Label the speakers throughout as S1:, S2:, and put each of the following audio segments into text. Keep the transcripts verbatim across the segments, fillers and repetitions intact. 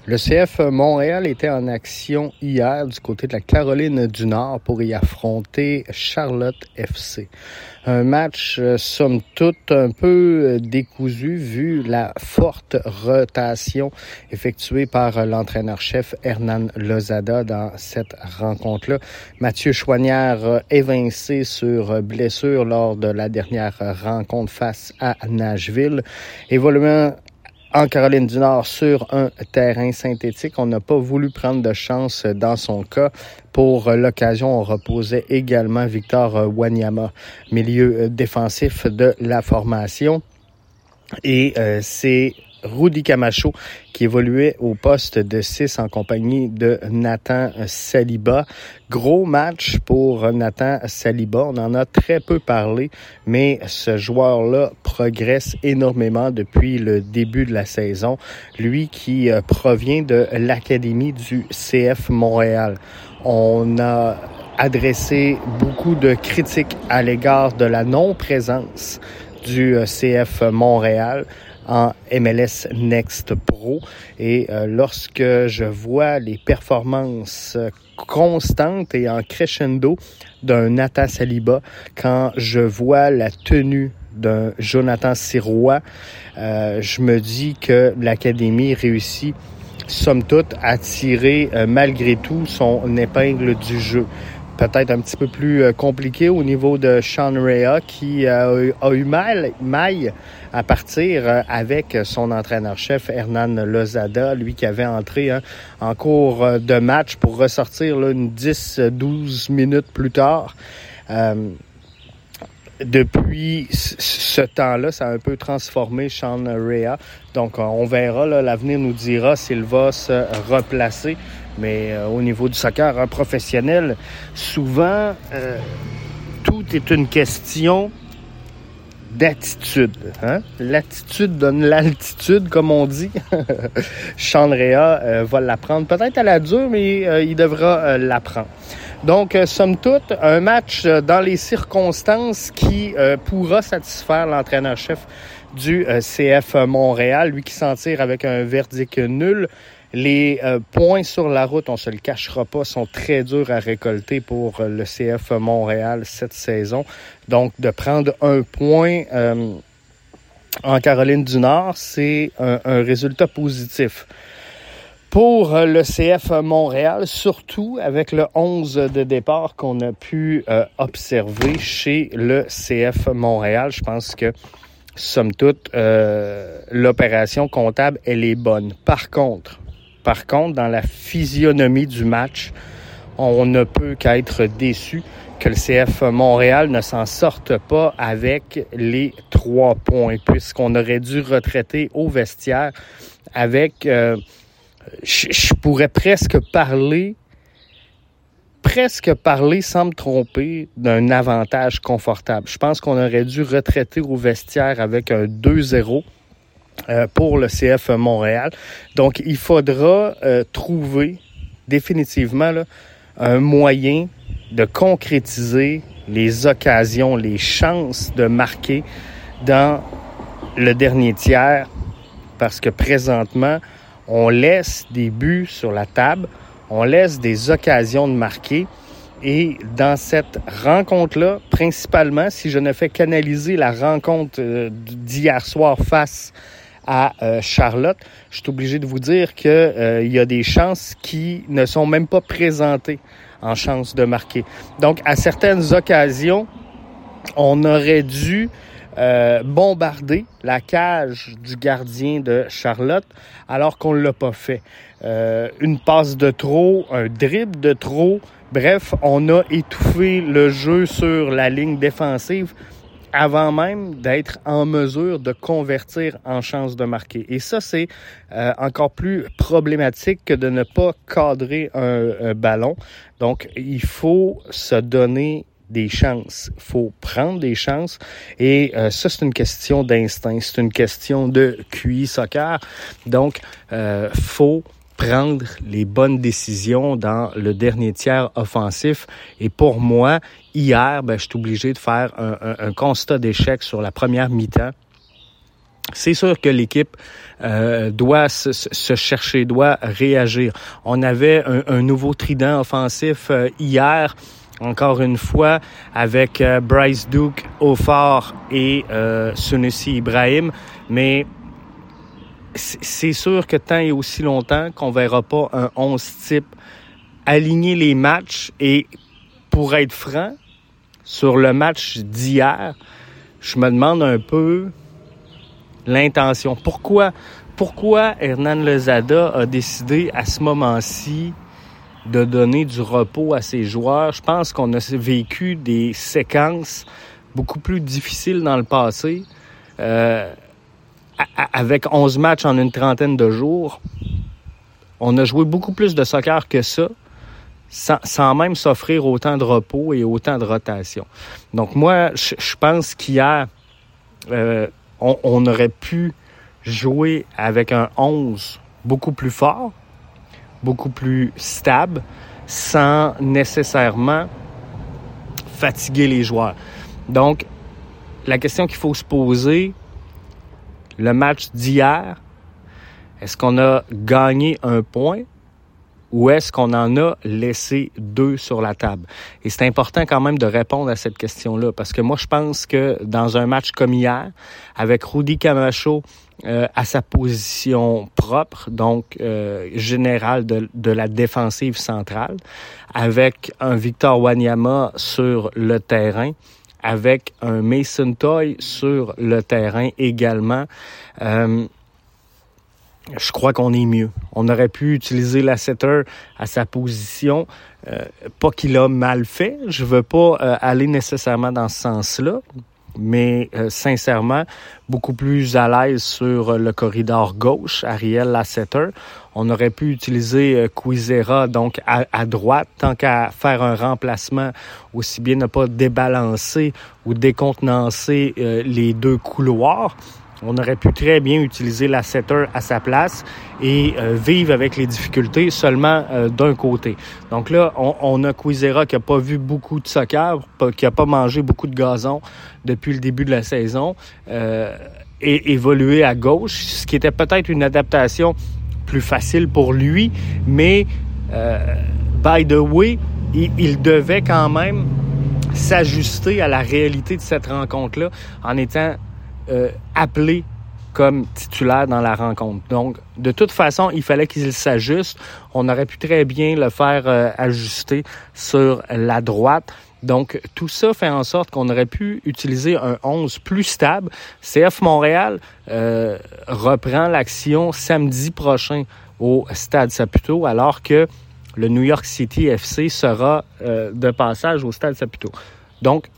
S1: Le C F Montréal était en action hier du côté de la Caroline du Nord pour y affronter Charlotte F C. Un match, euh, somme toute, un peu euh, décousu vu la forte rotation effectuée par euh, l'entraîneur-chef Hernan Lozada dans cette rencontre-là. Mathieu Choignard euh, évincé sur euh, blessure lors de la dernière euh, rencontre face à Nashville. Évoluant en Caroline du Nord sur un terrain synthétique, on n'a pas voulu prendre de chance dans son cas. Pour l'occasion, on reposait également Victor Wanyama, milieu défensif de la formation. Et euh, c'est Rudy Camacho qui évoluait au poste de six en compagnie de Nathan Saliba. Gros match pour Nathan Saliba. On en a très peu parlé, mais ce joueur-là progresse énormément depuis le début de la saison. Lui qui euh, provient de l'Académie du C F Montréal. On a adressé beaucoup de critiques à l'égard de la non-présence du C F Montréal en M L S Next Pro. Et euh, lorsque je vois les performances constantes et en crescendo d'un Nathan Saliba, quand je vois la tenue d'un Jonathan Sirois, euh, je me dis que l'Académie réussit somme toute à tirer euh, malgré tout son épingle du jeu. Peut-être un petit peu plus euh, compliqué au niveau de Sean Rea qui euh, a eu mal, maille à partir euh, avec son entraîneur-chef Hernan Lozada, lui qui avait entré hein, en cours de match pour ressortir là, une dix à douze minutes plus tard. Euh, Depuis ce temps-là, ça a un peu transformé Sean Rea. Donc, on verra, là, l'avenir nous dira s'il va se replacer. Mais euh, au niveau du soccer hein, professionnel, souvent, euh, tout est une question d'attitude. Hein? L'attitude donne l'altitude, comme on dit. Sean Rea euh, va l'apprendre. Peut-être à la dure, mais euh, il devra euh, l'apprendre. Donc, euh, somme toute, un match euh, dans les circonstances qui euh, pourra satisfaire l'entraîneur-chef du euh, C F Montréal, lui qui s'en tire avec un verdict nul. Les euh, points sur la route, on se le cachera pas, sont très durs à récolter pour euh, le C F Montréal cette saison. Donc, de prendre un point euh, en Caroline du Nord, c'est un, un résultat positif. Pour le C F Montréal, surtout avec le onze de départ qu'on a pu euh, observer chez le C F Montréal, je pense que, somme toute, euh, l'opération comptable, elle est bonne. Par contre, par contre, dans la physionomie du match, on ne peut qu'être déçu que le C F Montréal ne s'en sorte pas avec les trois points, puisqu'on aurait dû retraiter au vestiaire avec... Euh, Je, je pourrais presque parler, presque parler sans me tromper d'un avantage confortable. Je pense qu'on aurait dû retraiter au vestiaire avec un deux zéro euh, pour le C F Montréal. Donc, il faudra euh, trouver définitivement là, un moyen de concrétiser les occasions, les chances de marquer dans le dernier tiers, parce que présentement, on laisse des buts sur la table, on laisse des occasions de marquer. Et dans cette rencontre-là, principalement, si je ne fais qu'analyser la rencontre euh, d'hier soir face à euh, Charlotte, je suis obligé de vous dire qu'il euh, y a des chances qui ne sont même pas présentées en chance de marquer. Donc, à certaines occasions, on aurait dû Euh, bombarder la cage du gardien de Charlotte alors qu'on ne l'a pas fait. Euh, une passe de trop, un dribble de trop, bref, on a étouffé le jeu sur la ligne défensive avant même d'être en mesure de convertir en chance de marquer. Et ça, c'est euh, encore plus problématique que de ne pas cadrer un, un ballon. Donc, il faut se donner des chances. Il faut prendre des chances. Et euh, ça, c'est une question d'instinct. C'est une question de Q I soccer. Donc, euh, faut prendre les bonnes décisions dans le dernier tiers offensif. Et pour moi, hier, ben, je suis obligé de faire un, un, un constat d'échec sur la première mi-temps. c'est sûr que l'équipe euh, doit se, se chercher, doit réagir. On avait un, un nouveau trident offensif euh, hier, encore une fois, avec euh, Bryce Duke, Ofar et euh, Sunusi Ibrahim, mais c'est sûr que tant et aussi longtemps qu'on verra pas un onze type aligner les matchs, et pour être franc, sur le match d'hier, je me demande un peu l'intention. Pourquoi, pourquoi Hernan Lozada a décidé à ce moment-ci de donner du repos à ses joueurs? Je pense qu'on a vécu des séquences beaucoup plus difficiles dans le passé. Euh, avec onze matchs en une trentaine de jours, on a joué beaucoup plus de soccer que ça, sans, sans même s'offrir autant de repos et autant de rotation. Donc moi, je, je pense qu'hier, euh, on, on aurait pu jouer avec un onze beaucoup plus fort, beaucoup plus stable, sans nécessairement fatiguer les joueurs. Donc, la question qu'il faut se poser, le match d'hier, est-ce qu'on a gagné un point ou est-ce qu'on en a laissé deux sur la table? Et c'est important quand même de répondre à cette question-là, parce que moi, je pense que dans un match comme hier, avec Rudy Camacho euh, à sa position propre, donc euh, générale de, de la défensive centrale, avec un Victor Wanyama sur le terrain, avec un Mason Toye sur le terrain également, euh, je crois qu'on est mieux. On aurait pu utiliser Lasseter à sa position. Euh, pas qu'il a mal fait. Je veux pas euh, aller nécessairement dans ce sens-là, mais euh, sincèrement, beaucoup plus à l'aise sur le corridor gauche, Ariel Lasseter. On aurait pu utiliser euh, Kwizera donc à, à droite, tant qu'à faire un remplacement, aussi bien ne pas débalancer ou décontenancer euh, les deux couloirs. On aurait pu très bien utiliser Lasseter à sa place et euh, vivre avec les difficultés seulement euh, d'un côté. Donc là, on, on a Kwizera qui n'a pas vu beaucoup de soccer, qui n'a pas mangé beaucoup de gazon depuis le début de la saison, euh, et évolué à gauche, ce qui était peut-être une adaptation plus facile pour lui, mais euh, by the way, il, il devait quand même s'ajuster à la réalité de cette rencontre-là en étant Euh, appelé comme titulaire dans la rencontre. Donc, de toute façon, il fallait qu'il s'ajuste. On aurait pu très bien le faire euh, ajuster sur la droite. Donc, tout ça fait en sorte qu'on aurait pu utiliser un onze plus stable. C F Montréal euh, reprend l'action samedi prochain au Stade Saputo, alors que le New York City F C sera euh, de passage au Stade Saputo. Donc,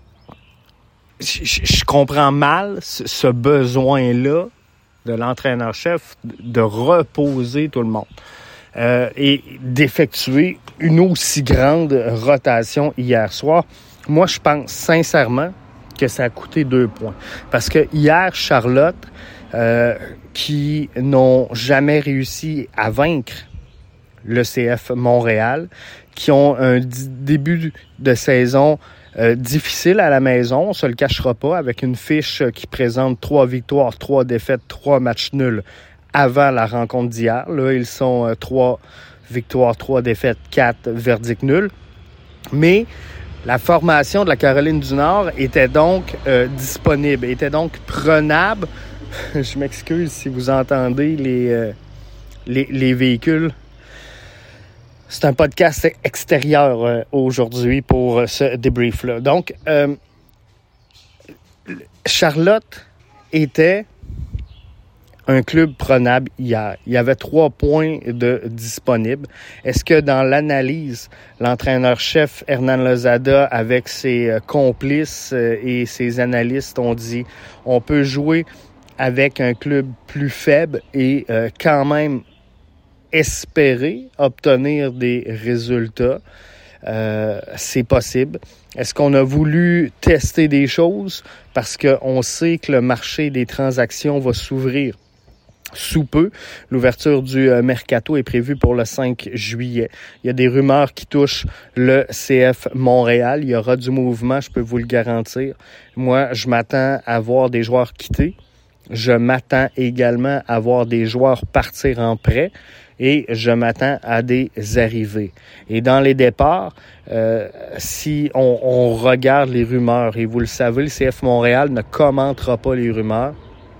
S1: Je, je comprends mal ce, ce besoin-là de l'entraîneur-chef de reposer tout le monde euh, et d'effectuer une aussi grande rotation hier soir. Moi, je pense sincèrement que ça a coûté deux points. Parce que hier, Charlotte, euh, qui n'ont jamais réussi à vaincre le C F Montréal, qui ont un d- début de saison Euh, difficile à la maison, on se le cachera pas, avec une fiche qui présente trois victoires, trois défaites, trois matchs nuls avant la rencontre d'hier. Là, ils sont euh, trois victoires, trois défaites, quatre verdicts nuls. Mais la formation de la Caroline du Nord était donc euh, disponible, était donc prenable. Je m'excuse si vous entendez les, euh, les, les véhicules. C'est un podcast extérieur euh, aujourd'hui pour euh, ce débrief-là. Donc, euh, Charlotte était un club prenable hier. Il y avait trois points de disponibles. Est-ce que dans l'analyse, l'entraîneur-chef Hernan Lozada, avec ses euh, complices euh, et ses analystes, ont dit on peut jouer avec un club plus faible et euh, quand même espérer obtenir des résultats, euh, c'est possible. Est-ce qu'on a voulu tester des choses parce qu'on sait que le marché des transactions va s'ouvrir sous peu? L'ouverture du euh, mercato est prévue pour le cinq juillet. Il y a des rumeurs qui touchent le C F Montréal. Il y aura du mouvement, je peux vous le garantir. Moi, je m'attends à voir des joueurs quitter je m'attends également à voir des joueurs partir en prêt et je m'attends à des arrivées. Et dans les départs, euh, si on, on regarde les rumeurs, et vous le savez, le C F Montréal ne commentera pas les rumeurs,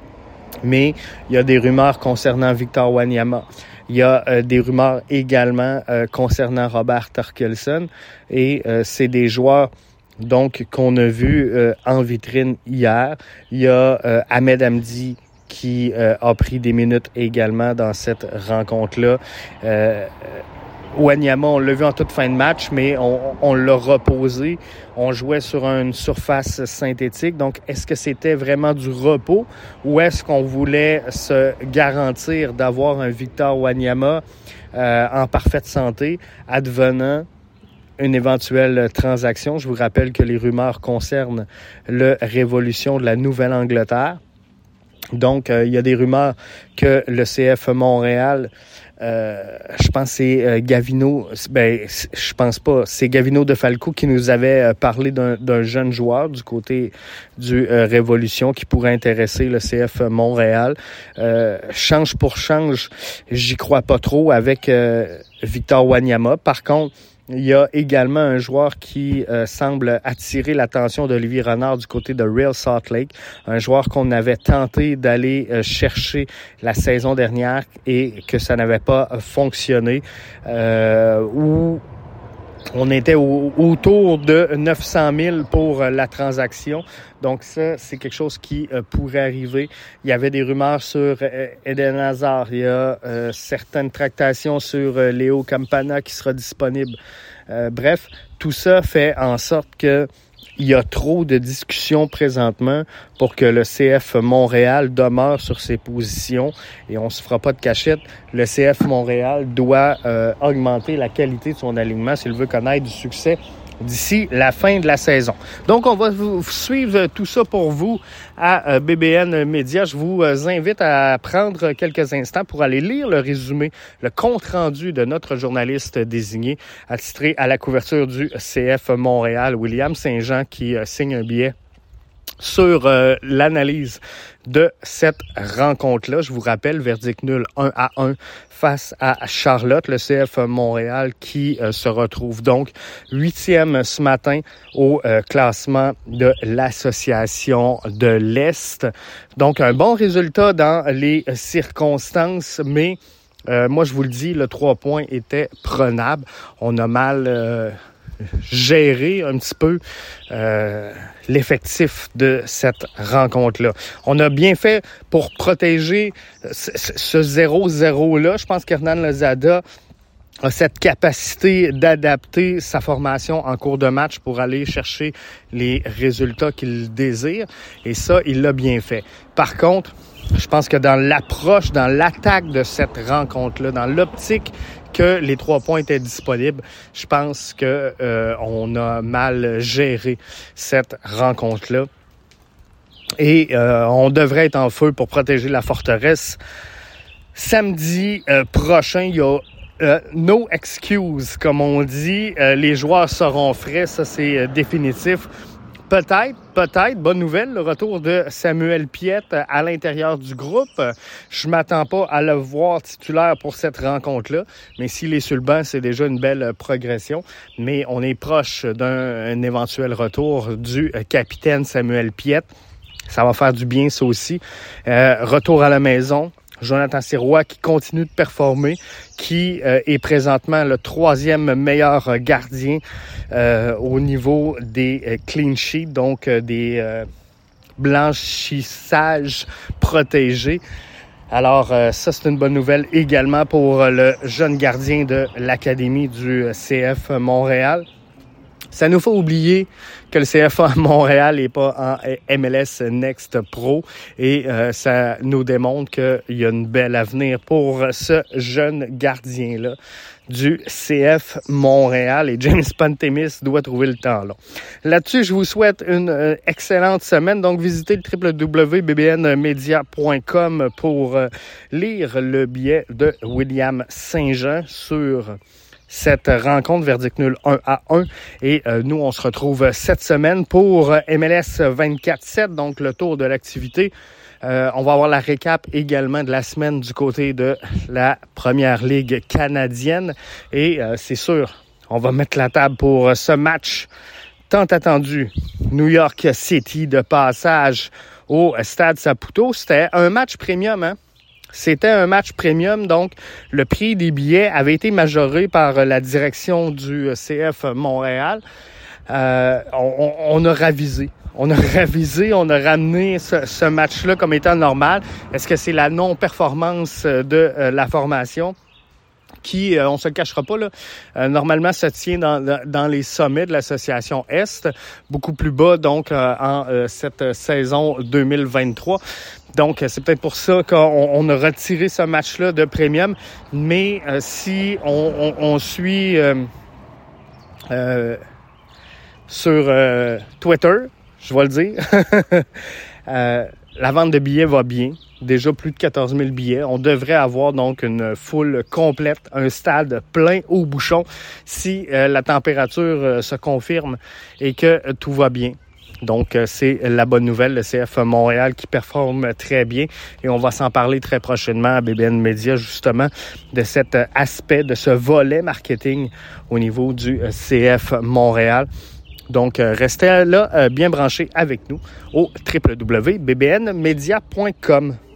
S1: mais il y a des rumeurs concernant Victor Wanyama. Il y a euh, des rumeurs également euh, concernant Robert Torkelson et euh, c'est des joueurs donc qu'on a vus euh, en vitrine hier. Il y a euh, Ahmed Hamdi qui euh, a pris des minutes également dans cette rencontre-là. Euh, Wanyama, on l'a vu en toute fin de match, mais on, on l'a reposé. On jouait sur une surface synthétique. Donc, est-ce que c'était vraiment du repos ou est-ce qu'on voulait se garantir d'avoir un Victor Wanyama euh, en parfaite santé advenant une éventuelle transaction? Je vous rappelle que les rumeurs concernent le Révolution de la Nouvelle-Angleterre. Donc, euh, il y a des rumeurs que le C F Montréal, euh, je pense que c'est euh, Gavino, ben, je pense pas, c'est Gavino de Falco qui nous avait euh, parlé d'un, d'un jeune joueur du côté du euh, Révolution qui pourrait intéresser le C F Montréal. Euh, change pour change, j'y crois pas trop avec euh, Victor Wanyama. Par contre, il y a également un joueur qui euh, semble attirer l'attention d'Olivier Renard du côté de Real Salt Lake, un joueur qu'on avait tenté d'aller euh, chercher la saison dernière et que ça n'avait pas fonctionné, euh, où on était au, autour de neuf cent mille pour la transaction. Donc ça, c'est quelque chose qui euh, pourrait arriver. Il y avait des rumeurs sur euh, Eden Hazard. Il y a euh, certaines tractations sur euh, Léo Campana qui sera disponible. Euh, bref, tout ça fait en sorte que il y a trop de discussions présentement pour que le C F Montréal demeure sur ses positions et on se fera pas de cachette. Le C F Montréal doit euh, augmenter la qualité de son alignement s'il veut connaître du succès d'ici la fin de la saison. Donc, on va vous suivre tout ça pour vous à B B N Media. Je vous invite à prendre quelques instants pour aller lire le résumé, le compte-rendu de notre journaliste désigné, attitré à la couverture du C F Montréal, William Saint-Jean, qui signe un billet sur euh, l'analyse de cette rencontre-là. Je vous rappelle, verdict nul un à un face à Charlotte, le C F Montréal qui euh, se retrouve donc huitième ce matin au euh, classement de l'Association de l'Est. Donc, un bon résultat dans les circonstances, mais euh, moi, je vous le dis, le trois points était prenable. On a mal... Euh, gérer un petit peu euh, l'effectif de cette rencontre-là. On a bien fait pour protéger ce, ce zéro zéro-là. Je pense qu'Hernan Lozada a cette capacité d'adapter sa formation en cours de match pour aller chercher les résultats qu'il désire. Et ça, il l'a bien fait. Par contre, je pense que dans l'approche, dans l'attaque de cette rencontre-là, dans l'optique que les trois points étaient disponibles, je pense que euh, on a mal géré cette rencontre-là. Et euh, on devrait être en feu pour protéger la forteresse. Samedi euh, prochain, il y a euh, no excuse, comme on dit. Euh, les joueurs seront frais, ça c'est euh, définitif. Peut-être, peut-être, bonne nouvelle, le retour de Samuel Piette à l'intérieur du groupe. Je m'attends pas à le voir titulaire pour cette rencontre-là, mais s'il est sur le banc, c'est déjà une belle progression. Mais on est proche d'un un éventuel retour du capitaine Samuel Piette. Ça va faire du bien, ça aussi. Euh, retour à la maison. Jonathan Sirois qui continue de performer, qui euh, est présentement le troisième meilleur gardien euh, au niveau des euh, clean sheets, donc euh, des euh, blanchissages protégés. Alors euh, ça, c'est une bonne nouvelle également pour le jeune gardien de l'Académie du C F Montréal. Ça nous fait oublier que le C F Montréal n'est pas en M L S Next Pro et euh, ça nous démontre qu'il y a une belle avenir pour ce jeune gardien-là du C F Montréal et James Pantemis doit trouver le temps là. Là-dessus, je vous souhaite une euh, excellente semaine. Donc, visitez le w w w point b b n media point com pour euh, lire le billet de William Saint-Jean sur cette rencontre, verdict nul un à un. Et euh, nous, on se retrouve cette semaine pour M L S vingt-quatre sept, donc le tour de l'activité Euh, on va avoir la récap également de la semaine du côté de la Première Ligue canadienne. Et euh, c'est sûr, on va mettre la table pour ce match tant attendu. New York City de passage au Stade Saputo. C'était un match premium, hein? C'était un match premium, donc le prix des billets avait été majoré par la direction du C F Montréal. Euh, on, on a ravisé. On a ravisé, on a ramené ce, ce match-là comme étant normal. Est-ce que c'est la non-performance de euh, la formation qui, euh, on se le cachera pas, là, euh, normalement se tient dans, dans les sommets de l'association Est, beaucoup plus bas donc euh, en euh, cette saison deux mille vingt-trois. Donc, c'est peut-être pour ça qu'on on a retiré ce match-là de premium. Mais euh, si on, on, on suit euh, euh, sur euh, Twitter, je vais le dire, euh, la vente de billets va bien. Déjà plus de quatorze mille billets. On devrait avoir donc une foule complète, un stade plein au bouchon si euh, la température euh, se confirme et que euh, tout va bien. Donc, c'est la bonne nouvelle, le C F Montréal qui performe très bien. Et on va s'en parler très prochainement à B B N Media, justement, de cet aspect, de ce volet marketing au niveau du C F Montréal. Donc, restez là, bien branchés avec nous au w w w point b b n media point com.